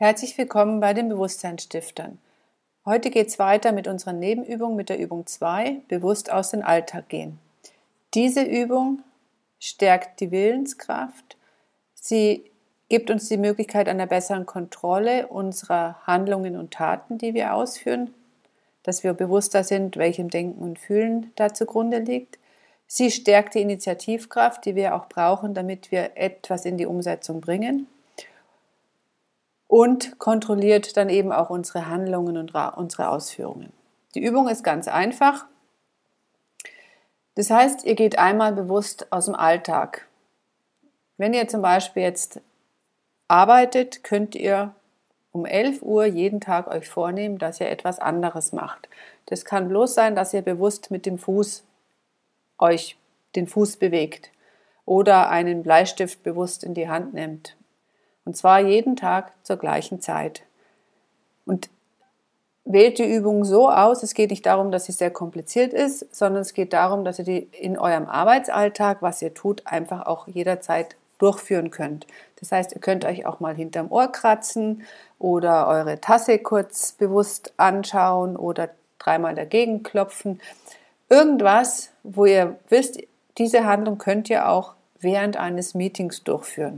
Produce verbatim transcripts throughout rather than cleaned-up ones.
Herzlich willkommen bei den Bewusstseinsstiftern. Heute geht es weiter mit unserer Nebenübung mit der Übung zwei, bewusst aus dem Alltag gehen. Diese Übung stärkt die Willenskraft, sie gibt uns die Möglichkeit einer besseren Kontrolle unserer Handlungen und Taten, die wir ausführen, dass wir bewusster sind, welchem Denken und Fühlen da zugrunde liegt. Sie stärkt die Initiativkraft, die wir auch brauchen, damit wir etwas in die Umsetzung bringen. Und kontrolliert dann eben auch unsere Handlungen und unsere Ausführungen. Die Übung ist ganz einfach. Das heißt, ihr geht einmal bewusst aus dem Alltag. Wenn ihr zum Beispiel jetzt arbeitet, könnt ihr um elf Uhr jeden Tag euch vornehmen, dass ihr etwas anderes macht. Das kann bloß sein, dass ihr bewusst mit dem Fuß euch den Fuß bewegt oder einen Bleistift bewusst in die Hand nehmt. Und zwar jeden Tag zur gleichen Zeit. Und wählt die Übung so aus, es geht nicht darum, dass sie sehr kompliziert ist, sondern es geht darum, dass ihr die in eurem Arbeitsalltag, was ihr tut, einfach auch jederzeit durchführen könnt. Das heißt, ihr könnt euch auch mal hinterm Ohr kratzen oder eure Tasse kurz bewusst anschauen oder dreimal dagegen klopfen. Irgendwas, wo ihr wisst, diese Handlung könnt ihr auch während eines Meetings durchführen.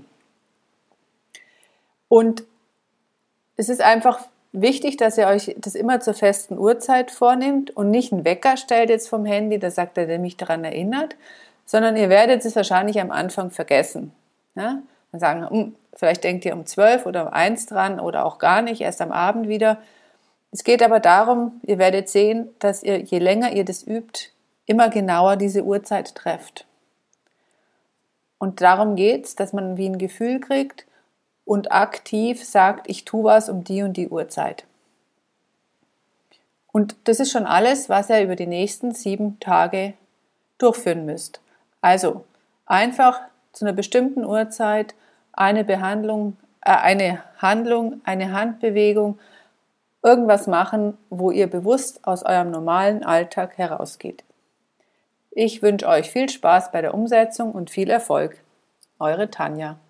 Und es ist einfach wichtig, dass ihr euch das immer zur festen Uhrzeit vornehmt und nicht einen Wecker stellt jetzt vom Handy, da sagt er, der mich daran erinnert, sondern ihr werdet es wahrscheinlich am Anfang vergessen. Ja? Dann sagen, hm, vielleicht denkt ihr um zwölf oder um eins dran oder auch gar nicht, erst am Abend wieder. Es geht aber darum, ihr werdet sehen, dass ihr, je länger ihr das übt, immer genauer diese Uhrzeit trefft. Und darum geht es, dass man wie ein Gefühl kriegt, und aktiv sagt, ich tue was um die und die Uhrzeit. Und das ist schon alles, was ihr über die nächsten sieben Tage durchführen müsst. Also einfach zu einer bestimmten Uhrzeit eine Behandlung, äh, eine Handlung, eine Handbewegung, irgendwas machen, wo ihr bewusst aus eurem normalen Alltag herausgeht. Ich wünsche euch viel Spaß bei der Umsetzung und viel Erfolg. Eure Tanja.